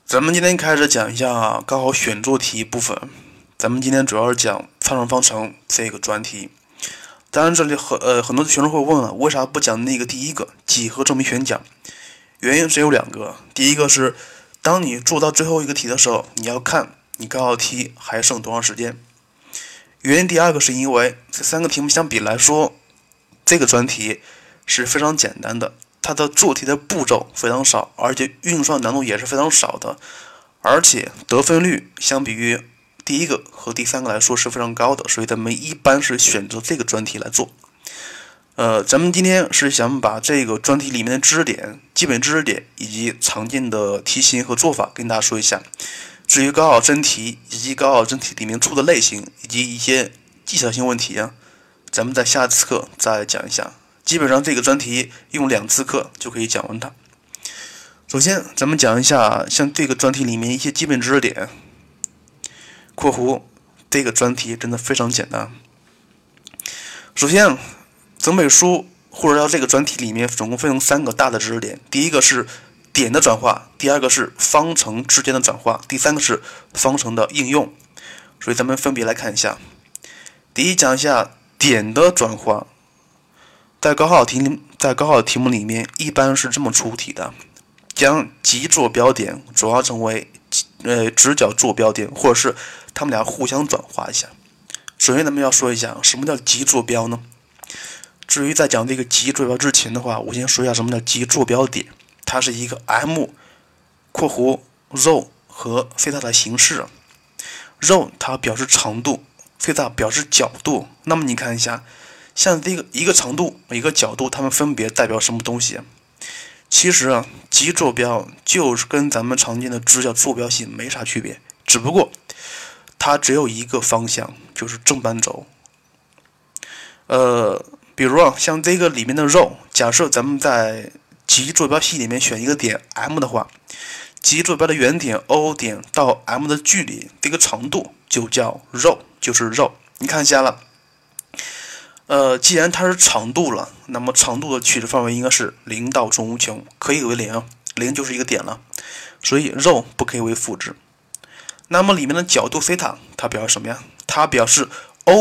咱们今天开始讲一下高考选做题部分。咱们今天主要是讲参数方程这个专题。当然，这里很多学生会问了，为啥不讲那个第一个几何证明选讲？原因只有两个。第一个是，当你做到最后一个题的时候，你要看你高考题还剩多长时间。原因第二个是因为这三个题目相比来说，这个专题是非常简单的。它的做题的步骤非常少，而且运算难度也是非常少的，而且得分率相比于第一个和第三个来说是非常高的，所以咱们一般是选择这个专题来做。咱们今天是想把这个专题里面的知识点、基本知识点以及常见的题型和做法跟大家说一下。至于高考真题以及高考真题里面出的类型以及一些技巧性问题啊，咱们在下次课再讲一下。基本上这个专题用2次课就可以讲完它。首先，咱们讲一下像这个专题里面一些基本知识点。括弧，这个专题真的非常简单。首先，整本书或者到这个专题里面总共分成3个大的知识点。第一个是点的转化，第二个是方程之间的转化，第三个是方程的应用。所以咱们分别来看一下。第一，讲一下点的转化。在高考题目里面，一般是这么出题的：将极坐标点转化成为直角坐标点，或者是它们俩互相转化一下。首先，咱们要说一下什么叫极坐标呢？至于在讲这个极坐标之前的话，我先说一下什么叫极坐标点。它是一个 m 括弧 ρ 和 θ 的形式。ρ 它表示长度， θ 表示角度。那么你看一下。像这个一个长度一个角度，它们分别代表什么东西？其实极坐标就是跟咱们常见的直角坐标系没啥区别，只不过它只有一个方向，就是正半轴。比如像这个里面的ρ，假设咱们在极坐标系里面选一个点 M 的话，极坐标的原点 O 点到 M 的距离，这个长度就叫ρ，就是ρ。你看一下了。既然它是长度了，那么长度的取值范围应该是0到正无穷，可以为0， 0就是一个点了，所以ρ不可以为负值。那么里面的角度 θ 它表示什么呀？它表示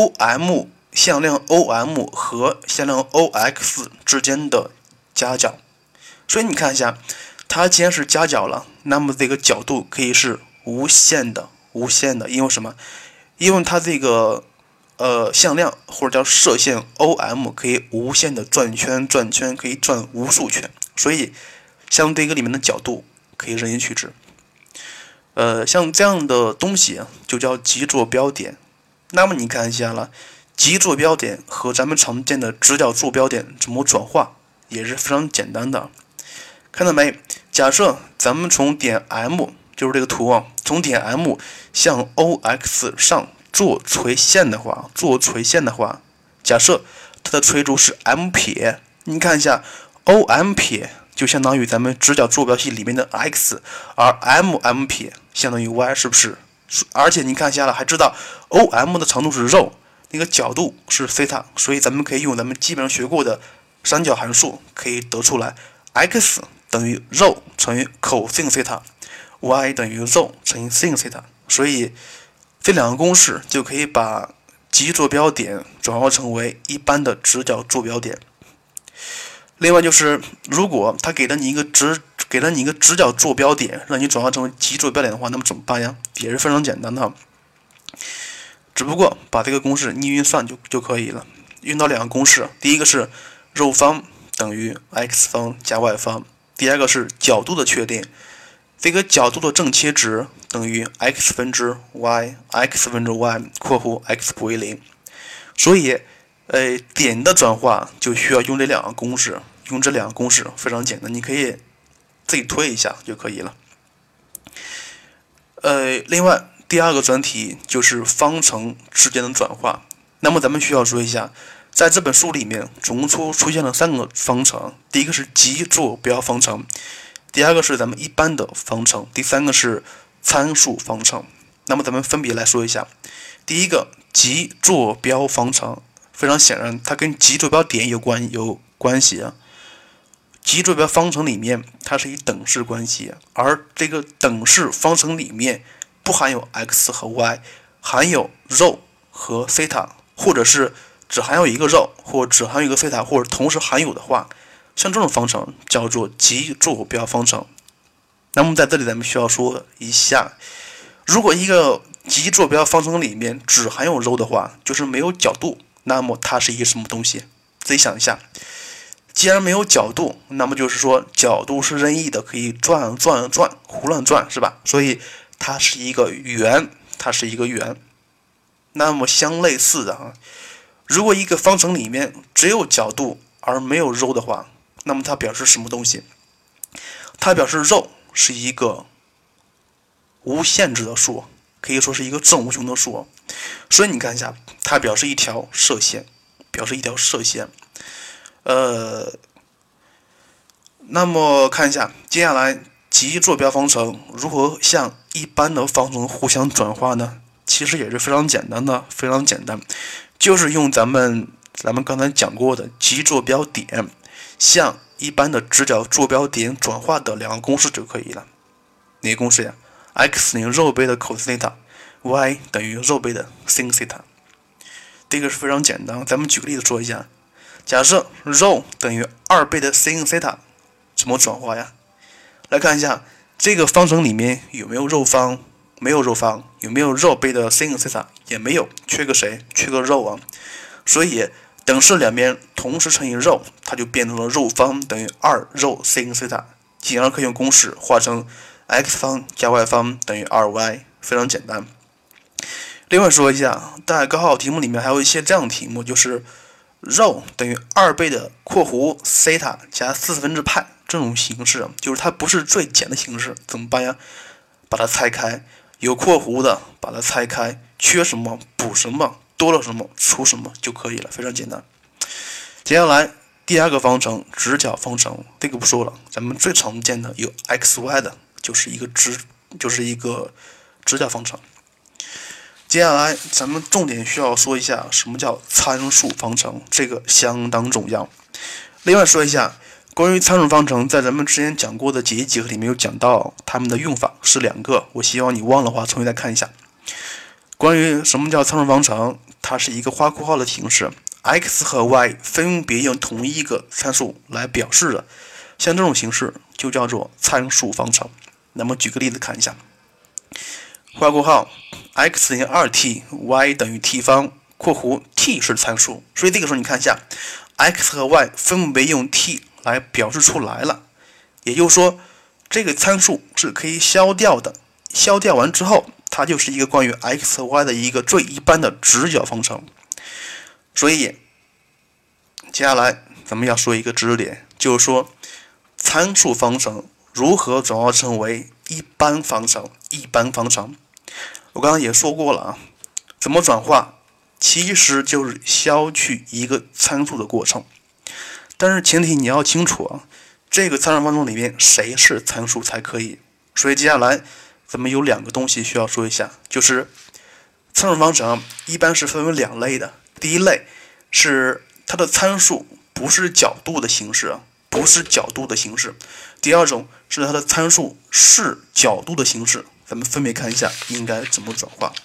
OM 向量 OM 和向量 OX 之间的夹角。所以你看一下，它既然是夹角了，那么这个角度可以是无限的，因为什么？因为它这个向量或者叫射线 OM 可以无限的转圈，可以转无数圈，所以像这个里面的角度可以任意取值。像这样的东西就叫极坐标点。那么你看一下了，极坐标点和咱们常见的直角坐标点怎么转化，也是非常简单的。看到没？假设咱们从点 M， 就是这个图从点 M 向 OX 上做垂线的话，假设它的垂足是 M'， 你看一下 OM' 就相当于咱们直角坐标系里面的 x， 而 MM' 相当于 y， 是不是？而且你看一下了，还知道 OM 的长度是ρ，那个角度是 θ， 所以咱们可以用咱们基本上学过的三角函数，可以得出来 x 等于ρ乘以 cos θ， y 等于ρ乘以 sin θ， 所以这2个公式就可以把极坐标点转化成为一般的直角坐标点。另外就是，如果他给了你一个直角坐标点，让你转化成为极坐标点的话，那么怎么办呀？也是非常简单的，只不过把这个公式逆运算就可以了。运到2个公式，第一个是ρ方等于 x 方加 y 方，第二个是角度的确定。这个角度的正切值等于 x 分之 y， 括弧 x 不为0。所以，点的转化就需要用这2个公式，非常简单，你可以自己推一下就可以了。另外第2个专题就是方程之间的转化。那么咱们需要说一下，在这本书里面总共出现了3个方程，第一个是极坐标方程。第二个是咱们一般的方程，第三个是参数方程。那么咱们分别来说一下。第一个极坐标方程，非常显然它跟极坐标点有关系啊。 极坐标方程里面它是一等式关系，而这个等式方程里面不含有 x 和 y， 含有 ρ 和西塔，或者是只含有一个 ρ 或只含有一个西塔，或者同时含有的话，像这种方程叫做极坐标方程。那么在这里咱们需要说一下，如果一个极坐标方程里面只含有 ρ 的话，就是没有角度，那么它是一个什么东西？自己想一下。既然没有角度，那么就是说角度是任意的，可以转，胡乱转，是吧？所以它是一个圆，那么相类似的如果一个方程里面只有角度而没有 ρ 的话，那么它表示什么东西？它表示 ρ 是一个无限制的数，可以说是一个正无穷的数。所以你看一下，它表示一条射线，那么看一下，接下来极坐标方程如何向一般的方程互相转化呢？其实也是非常简单的，就是用咱们刚才讲过的极坐标点向一般的直角坐标点转化的两个公式就可以了。哪个公式呀 ？x 等于ρ倍的 cos 西塔 ，y 等于ρ倍的 sin 西塔。这个是非常简单，咱们举个例子说一下。假设 ρ 等于2倍的 sin 西塔，怎么转化呀？来看一下这个方程里面有没有ρ方？没有ρ方。有没有ρ倍的 sin 西塔？也没有，缺个谁？缺个ρ啊。所以等式两边同时乘以ρ，它就变成了ρ方等于2ρ sin 西塔，进而可以用公式化成 x 方加 y 方等于 2y， 非常简单。另外说一下，在高考题目里面还有一些这样的题目，就是ρ等于2倍的括弧西塔加4/4派这种形式，就是它不是最简的形式，怎么办呀？把它拆开，有括弧的把它拆开，缺什么补什么，多了什么除什么就可以了，非常简单。接下来第二个方程直角方程，这个不说了，咱们最常见的有 x y 的，就是一个直角方程。接下来咱们重点需要说一下什么叫参数方程，这个相当重要。另外说一下关于参数方程，在咱们之前讲过的解析几何里面有讲到它们的用法是两个，我希望你忘了的话重新再看一下。关于什么叫参数方程，它是一个花括号的形式， x 和 y 分别用同一个参数来表示的，像这种形式就叫做参数方程。那么举个例子看一下，花括号 x 等于 2t，y 等于 t 方，括弧 t 是参数，所以这个时候你看一下 x 和 y 分别用 t 来表示出来了，也就是说这个参数是可以消掉的，消掉完之后它就是一个关于 x 和 y 的一个最一般的直角方程。所以接下来咱们要说一个知识点，就是说参数方程如何转化成为一般方程。我刚刚也说过了啊，怎么转化？其实就是消去一个参数的过程。但是前提你要清楚啊，这个参数方程里面谁是参数才可以。所以接下来咱们有两个东西需要说一下，就是参数方程一般是分为两类的。第一类是它的参数不是角度的形式，第二种是它的参数是角度的形式。咱们分别看一下应该怎么转化。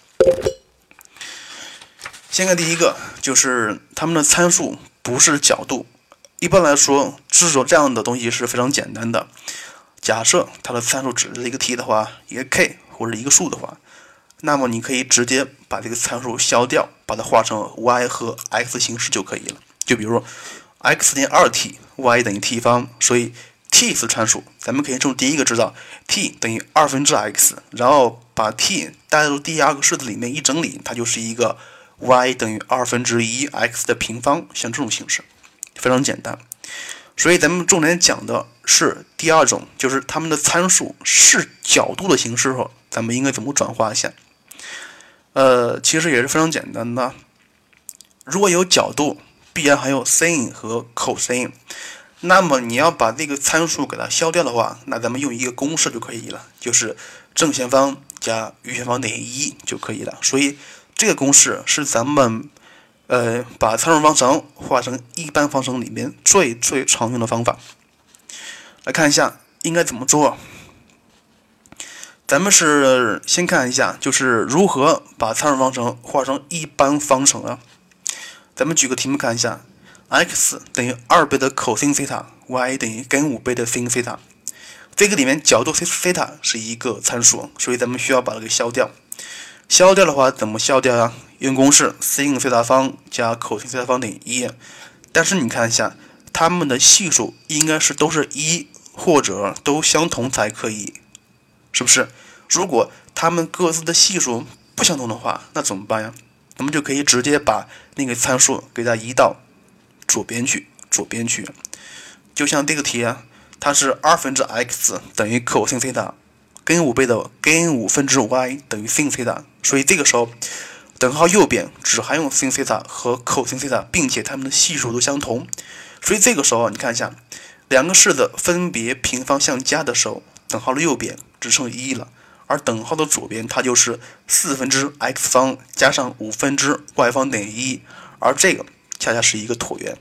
先看第一个，就是它们的参数不是角度。一般来说，制作这样的东西是非常简单的。假设它的参数只是一个 t 的话，一个 k 或者一个数的话，那么你可以直接把这个参数消掉，把它化成 y 和 x 形式就可以了。就比如说 x 等于 2t，y 等于 t 方，所以 t 是参数，咱们可以从第一个知道 t 等于2x，然后把 t 带入第二个式子里面一整理，它就是一个 y 等于1/2x 的平方，像这种形式非常简单。所以咱们重点讲的是第二种，就是它们的参数是角度的形式后，咱们应该怎么转化一下。其实也是非常简单的。如果有角度，必然还有 sin 和 cos， 那么你要把这个参数给它消掉的话，那咱们用一个公式就可以了，就是正前方加余前方等于1就可以了。所以这个公式是咱们把参数方程化成一般方程里面最常用的方法。 来看一下应该怎么做。咱们是先看一下，就是如何把参数方程画成一般方程啊。咱们举个题目看一下 ，x 等于2倍的 cos 西塔 ，y 等于根5倍的 sin 西塔。这个里面角度西塔是一个参数，所以咱们需要把它给消掉。消掉的话怎么消掉呀？用公式 sin 西塔方加 cos 西塔方等于1。但是你看一下，它们的系数应该是都是1或者都相同才可以，是不是？如果它们各自的系数不相同的话，那怎么办呀？咱们就可以直接把那个参数给它移到左边去，就像这个题啊，它是2分之 x 等于 cos 西塔，根5倍的根5分之 y 等于 sin 西塔，所以这个时候等号右边只含有 sin 西塔和 cos 西塔，并且它们的系数都相同，所以这个时候你看一下，两个式子分别平方相加的时候，等号的右边只剩1了。而等号的左边，它就是4分之 x 方加上5分之 y 方等于1，而这个恰恰是一个椭圆，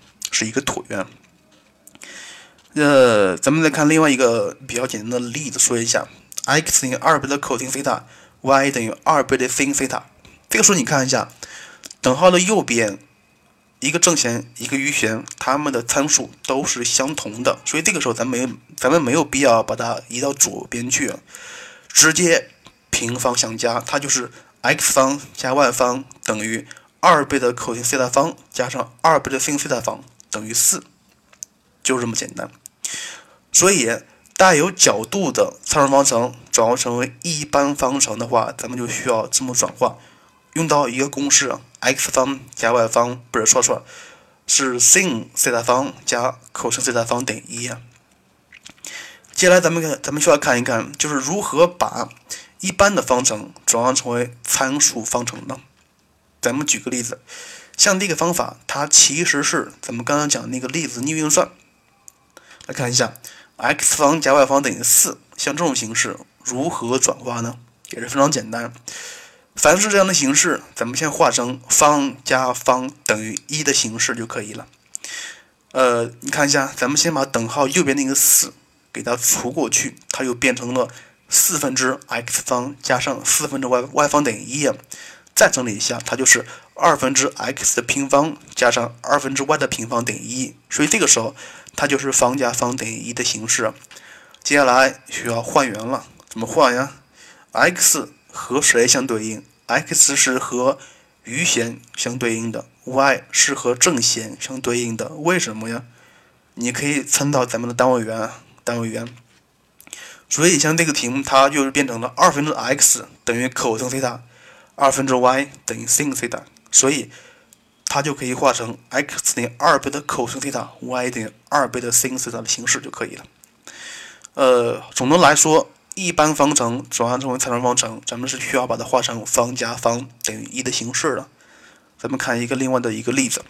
咱们再看另外一个比较简单的例子，说一下 x 等于2倍的 cos 西塔 ，y 等于2倍的 sin 西塔。这个时候你看一下，等号的右边一个正弦一个余弦，它们的参数都是相同的，所以这个时候咱们没有必要把它移到左边去。直接平方相加，它就是 x 方加 y 方等于2倍的 cos 西塔方加上2倍的 sin 西塔方等于4，就这么简单。所以带有角度的参数方程转化成为一般方程的话，咱们就需要这么转化，用到一个公式 x 方加 y 方，不是错，是 sin 西塔方加 cos 西塔方等于1。接下来咱们需要看一看，就是如何把一般的方程转换成为参数方程呢？咱们举个例子，像这个方法，它其实是咱们刚刚讲那个粒子逆运算。来看一下 ，x 方加 y 方等于4，像这种形式如何转化呢？也是非常简单。凡是这样的形式，咱们先化成方加方等于1的形式就可以了。你看一下，咱们先把等号右边那个4给它除过去，它又变成了4分之 x 方加上4分之 y 方等于1。再整理一下，它就是2分之 x 的平方加上2分之 y 的平方等于1。所以这个时候它就是方加方等于1的形式。接下来需要换元了，怎么换呀 ？x 和谁相对应 ？x 是和余弦相对应的 ，y 是和正弦相对应的。为什么呀？你可以参照咱们的单位元。所以像这个题目，它就是变成了2分之 x 等于 cos 西塔，2分之 y 等于 sin 西塔，所以它就可以化成 x 等于2倍的 cos 西塔 ，y 等于2倍的 sin 西塔的形式就可以了。总的来说，一般方程转换成为参数方程，咱们是需要把它化成方加方等于1的形式的。咱们看另外的一个例子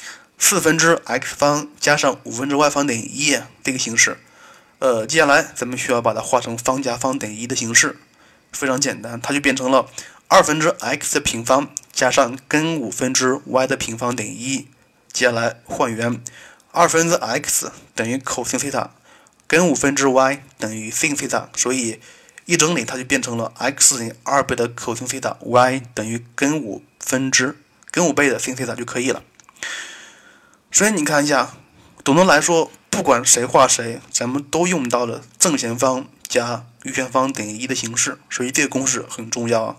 ，4分之 x 方加上5分之 y 方等于1这个形式。接下来咱们需要把它化成方加方等于1的形式，非常简单，它就变成了2分之 x 的平方加上根5分之 y 的平方等于1。接下来换元，2分之 x 等于 cos 西塔，根5分之 y 等于 sin 西塔，所以一整理它就变成了 x 等于2倍的 cos 西塔 ，y 等于根5倍的 sin 西塔就可以了。所以你看一下，总的来说，不管谁画谁，咱们都用到了正弦方加余弦方等于1的形式，所以这个公式很重要。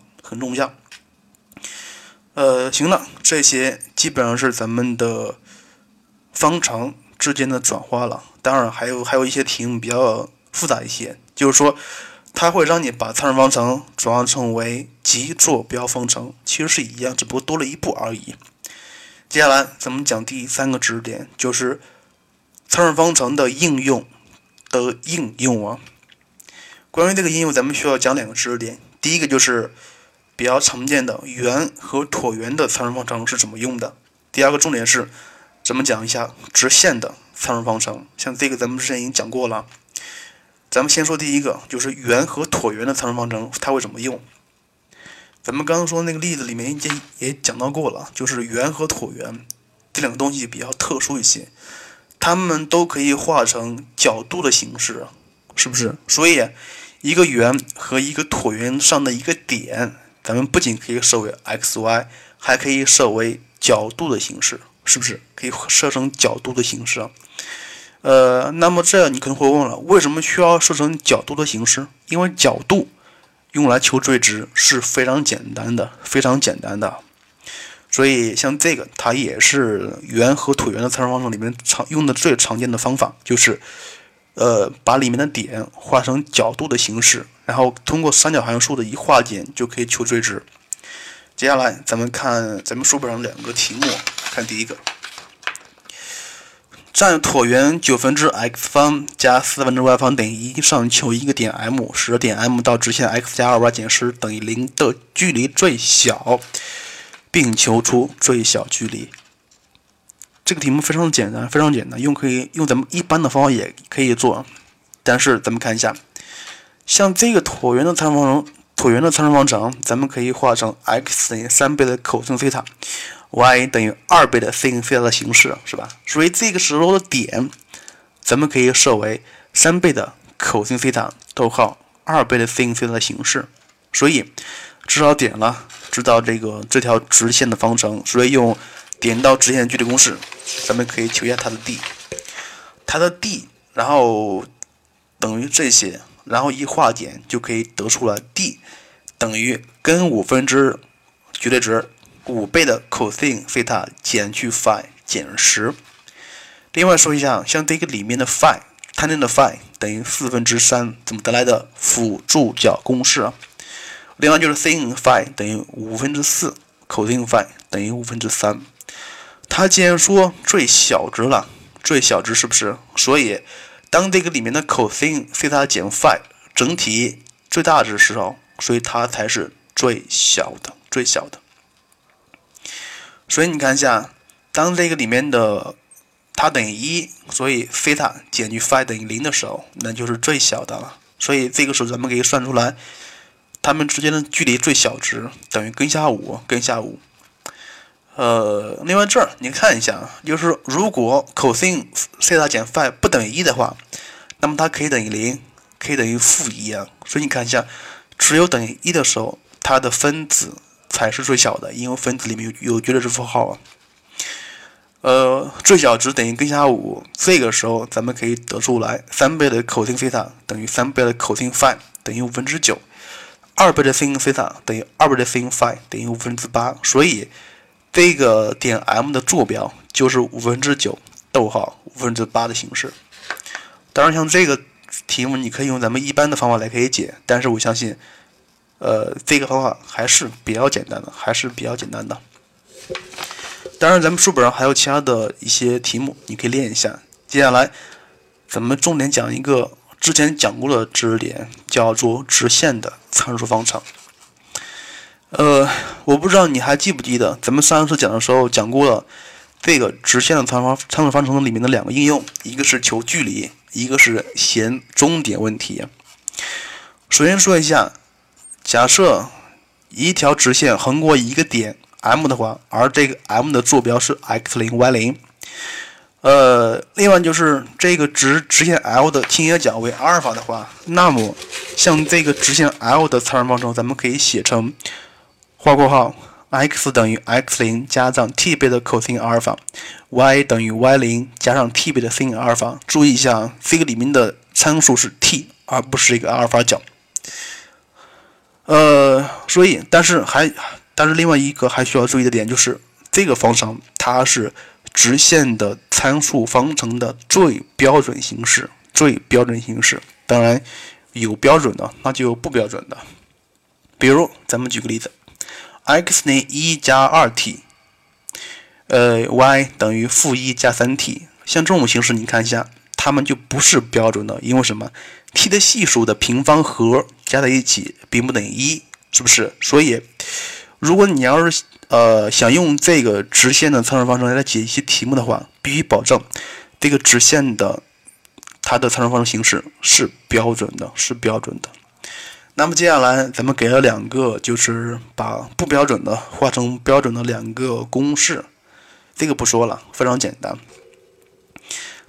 行了，这些基本上是咱们的方程之间的转化了。当然还有一些题目比较复杂一些，就是说它会让你把参数方程转化成为极坐标方程，其实是一样，只不过多了一步而已。接下来咱们讲第3个知识点，就是参数方程的应用啊。关于这个应用，咱们需要讲2个知识点。第一个就是比较常见的圆和椭圆的参数方程是怎么用的。第2个重点是咱们讲一下直线的参数方程，像这个咱们之前已经讲过了。咱们先说第一个，就是圆和椭圆的参数方程，它会怎么用？咱们刚刚说那个例子里面也讲到过了，就是圆和椭圆这2个东西比较特殊一些。 它们都可以画成角度的形式，是不是？所以一个圆和一个椭圆上的一个点，咱们不仅可以设为 xy， 还可以设为角度的形式，是不是？可以设成角度的形式啊。那么这你可能会问了，为什么需要设成角度的形式？因为角度用来求垂直是非常简单的，非常简单的。所以像这个，它也是圆和椭圆的参数方程里面用的最常见的方法，就是把里面的点画成角度的形式，然后通过三角函数的一化简就可以求垂直。接下来咱们看咱们书本上两个题目，看第一个。占椭圆9/x 方加4/y 方等于1，上求一个点 M， 使点 M 到直线 x 加 2y 减10等于0的距离最小，并求出最小距离。这个题目非常简单，非常简单，可以用咱们一般的方法也可以做。但是咱们看一下，像这个椭圆的参数方程，咱们可以画成 x 等于3倍的 cos 西塔。y 等于2倍的 sin 西塔的形式，是吧？所以这个时候的点，咱们可以设为3倍的 cos 西塔逗号2倍的 sin 西塔的形式。所以知道点了，知道这条直线的方程，所以用点到直线距离公式，咱们可以求一下它的 d， 它的 d， 然后等于这些，然后一化简就可以得出了 d 等于根5分之绝对值5倍的 cos 西塔减去 phi 减10。另外说一下，像这个里面的 phi， tan 的 phi 等于3/4，怎么得来的？辅助角公式啊。另外就是 sin phi 等于4/5 cos phi 等于3/5。它既然说最小值了，最小值是不是？所以当这个里面的 cos 西塔减 phi 整体最大值是0，所以它才是最小的，最小的。所以你看一下，当这个里面的它等于1，所以西塔减去 phi 等于0的时候，那就是最小的了。所以这个时候咱们可以算出来，它们之间的距离最小值等于根下5，根下5。另外这儿你看一下，就是如果 cos 西塔减 phi 不等于1的话，那么它可以等于0，可以等于-1啊。所以你看一下，只有等于1的时候，它的分子才是最小的，因为分子里面有绝对值符号啊。最小值等于根下5，这个时候咱们可以得出来3倍的 cos 西塔等于3倍的 cos phi 等于9/5， 2倍的 sin 西塔等于2倍的 sin phi 等于8/5，所以这个点 M 的坐标就是9/5逗号8/5的形式。当然，像这个题目你可以用咱们一般的方法来可以解，但是我相信，这个方法还是比较简单的，还是比较简单的。当然，咱们书本上还有其他的一些题目，你可以练一下。接下来，咱们重点讲一个之前讲过的知识点，叫做直线的参数方程。我不知道你还记不记得，咱们上一次讲的时候讲过了这个直线的参数方程里面的两个应用，一个是求距离，一个是弦终点问题。首先说一下，假设一条直线横过一个点 M 的话，而这个 M 的坐标是 x0 y0。另外就是这个直线 L 的倾斜角为阿尔法的话，那么像这个直线 L 的参数方程，咱们可以写成画括号 x 等于 x0 加上 t 倍的 cos 阿尔法 ，y 等于 y0 加上 t 倍的 sin 阿尔法。注意一下，这个里面的参数是 t， 而不是一个阿尔法角。所以，但是另外一个还需要注意的点就是，这个方程它是直线的参数方程的最标准形式，最标准形式。当然，有标准的，那就有不标准的。比如，咱们举个例子 ，x 等于1加 2t，y 等于-1加 3t。像这种形式，你看一下，它们就不是标准的，因为什么 ？t 的系数的平方和加在一起并不等于1，是不是？所以，如果你要是想用这个直线的参数方程来解一些题目的话，必须保证这个直线的它的参数方程形式是标准的，是标准的。那么接下来咱们给了两个，就是把不标准的画成标准的两个公式，这个不说了，非常简单。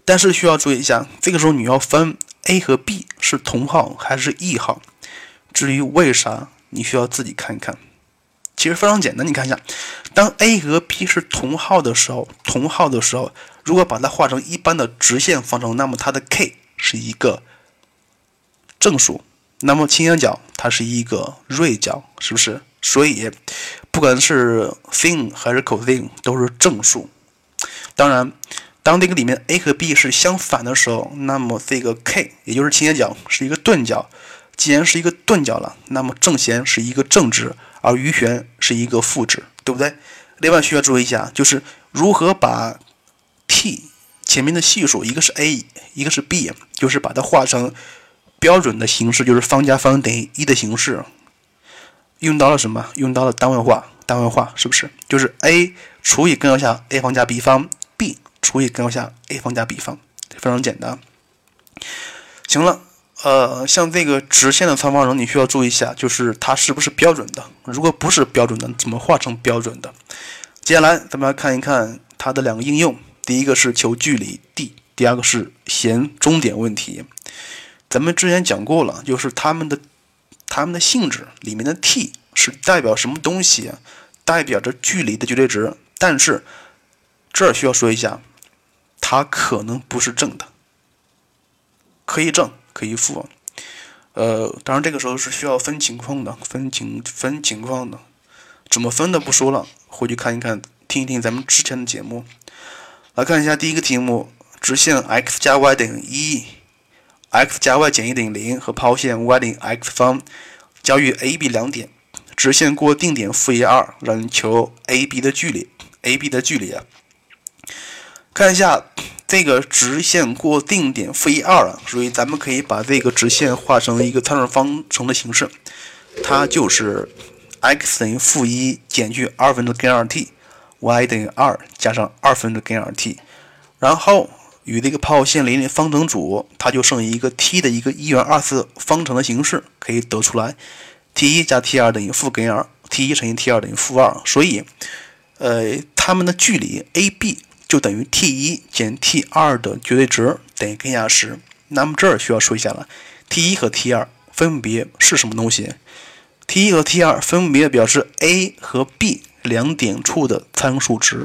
但是需要注意一下，这个时候你要分 A 和 B 是同号还是异号。至于为啥，你需要自己看一看。其实非常简单，你看一下，当 A 和 B 是同号的时候，如果把它画成一般的直线方程，那么它的 k 是一个正数，那么倾斜角它是一个锐角，是不是？所以不管是 sin 还是 cos 都是正数。当然，当这个里面 A 和 B 是相反的时候，那么这个 k 也就是倾斜角是一个钝角。既然是一个钝角了，那么正弦是一个正值，而余弦是一个负值，对不对？另外需要注意一下，就是如何把 t 前面的系数，一个是 a， 一个是 b， 就是把它画成标准的形式，就是方加方等于1的形式。用到了什么？用到了单位化，是不是？就是 a 除以根号下 a 方加 b 方 ，b 除以根号下 a 方加 b 方，非常简单。行了。像这个直线的长方程，你需要注意一下，就是它是不是标准的。如果不是标准的，怎么画成标准的？接下来咱们来看一看它的两个应用。第一个是求距离 d， 第二个是弦中点问题。咱们之前讲过了，就是它们的性质里面的 t 是代表什么东西啊？代表着距离的绝对值。但是这儿需要说一下，它可能不是正的，可以正。可以负，当然这个时候是需要分情况的，分情况的，怎么分的不说了，回去看一看，听一听咱们之前的节目。来看一下第一个题目，直线 x 加 y 等于1，x 加 y 减1等于0和抛线 y 等于 x 方交于 A、B 两点，直线过定点负2，让你求 A、B 的距离啊。看一下。这个直线过定点负1、2了，所以咱们可以把这个直线画成一个参数方程的形式，它就是 x 等于负1减去2分之根 2t，y 等于2加上2分之根 2t， 然后与这个抛线联立方程组，它就剩一个 t 的一个1元2次方程的形式，可以得出来 t1 加 t2 等于负根 2，t1 乘以 t2 等于负2，所以它们的距离 AB就等于 t1 减 t2 的绝对值等于根下10。那么这儿需要说一下了 ，t1 和 t2 分别是什么东西 ？t1 和 t2 分别表示 a 和 b 两点处的参数值。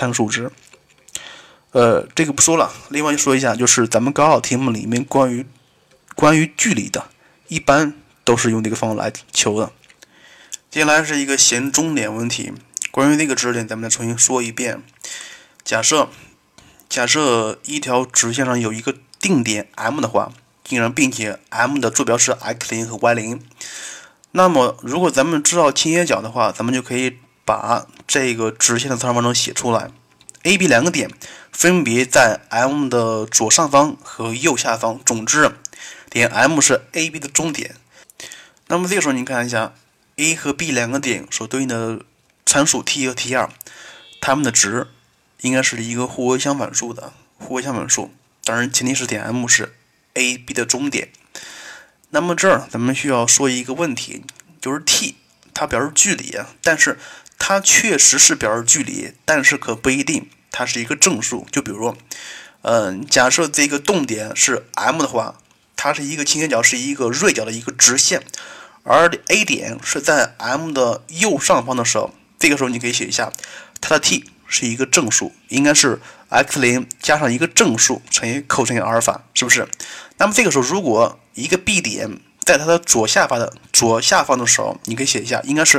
这个不说了。另外就说一下，就是咱们高考题目里面关于距离的，一般都是用这个方法来求的。接下来是一个弦中点问题，关于这个知识点，咱们再重新说一遍。假设一条直线上有一个定点 M 的话，并且 M 的坐标是 x0 和 y0， 那么如果咱们知道倾斜角的话，咱们就可以把这个直线的参数方程写出来。A、B 两个点分别在 M 的左上方和右下方，总之点 M 是 A、B 的中点。那么这个时候你看一下 A 和 B 两个点所对应的参数 t 和 t2， 它们的值应该是一个互为相反数的当然前提是点 M 是 A、B 的中点。那么这儿咱们需要说一个问题，就是 t 它表示距离啊，但是它确实是表示距离，但是可不一定它是一个正数。就比如假设这个动点是 M 的话，它是一个倾斜角，是一个锐角的一个直线，而 A 点是在 M 的右上方的时候，这个时候你可以写一下它的 t是一个正数，应该是 x0 加上一个正数乘以 cos 乘以阿尔法，是不是？那么这个时候，如果一个 B 点在它的左下方的时候，你可以写一下，应该是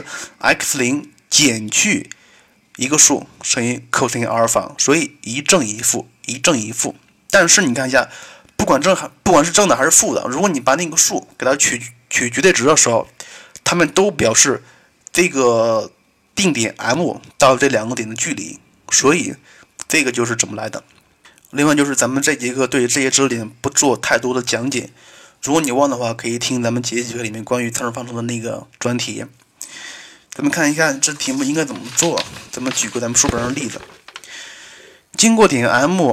x0 减去一个数乘以 cos 乘以阿尔法，所以一正一负。但是你看一下，不管是正的还是负的，如果你把那个数给它取绝对值的时候，它们都表示这个定点 M 到这两个点的距离，所以这个就是怎么来的。另外就是咱们这节课对这些知识点不做太多的讲解，如果你忘的话，可以听咱们节课里面关于参数方程的那个专题。咱们看一下这题目应该怎么做，咱们举个咱们书本上的例子。经过点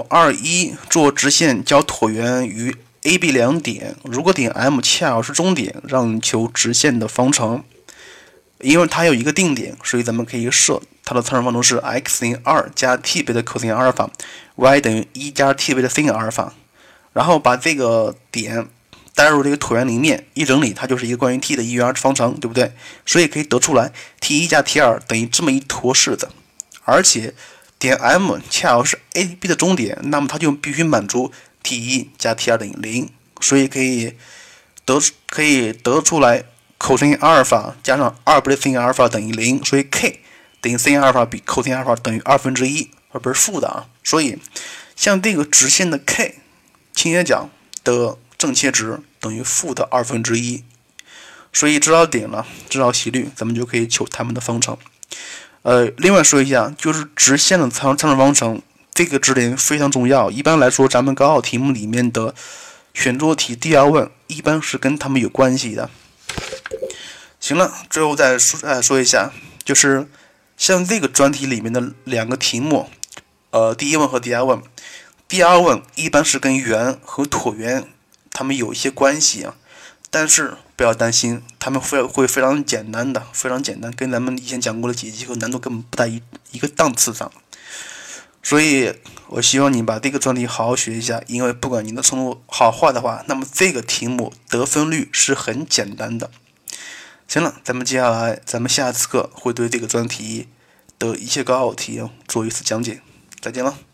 M21 做直线交椭圆于 A、B 两点，如果点 M 恰好是中点，让你求直线的方程。 因为它有一个定点，所以咱们可以设它的参数方程是 x 等于2加 t 倍的 cos 阿尔法 ，y 等于1加 t 倍的 sin 阿尔法。然后把这个点带入这个椭圆里面，一整理它就是一个关于 t 的一元二次方程，对不对？所以可以得出来 t1 加 t2 等于这么一坨式子，而且点 M 恰好是 A、B 的中点，那么它就必须满足 t1 加 t2 等于0，所以可以得出来 cos 阿尔法加上2倍的 sin 阿尔法等于0，所以 k 等于 sin 阿尔法比 cos 阿尔法等于1/2，而不是负的啊。所以像这个直线的 k 倾斜角的正切值等于负的1/2，所以知道点了，知道斜率，咱们就可以求它们的方程。另外说一下，就是直线的参数方程，这个知点非常重要。一般来说，咱们高考题目里面的选择题第二问一般是跟它们有关系的。行了，最后再说一下，就是像这个专题里面的两个题目，第一问和第二问。第二问一般是跟圆和椭圆它们有一些关系啊，但是不要担心，它们会非常简单的，非常简单，跟咱们以前讲过的解题和难度根本不在一个档次上。所以我希望你把这个专题好好学一下，因为不管你的程度好坏的话，那么这个题目得分率是很简单的。行了，接下来咱们下次课会对这个专题的一些高考题做一次讲解。再见了。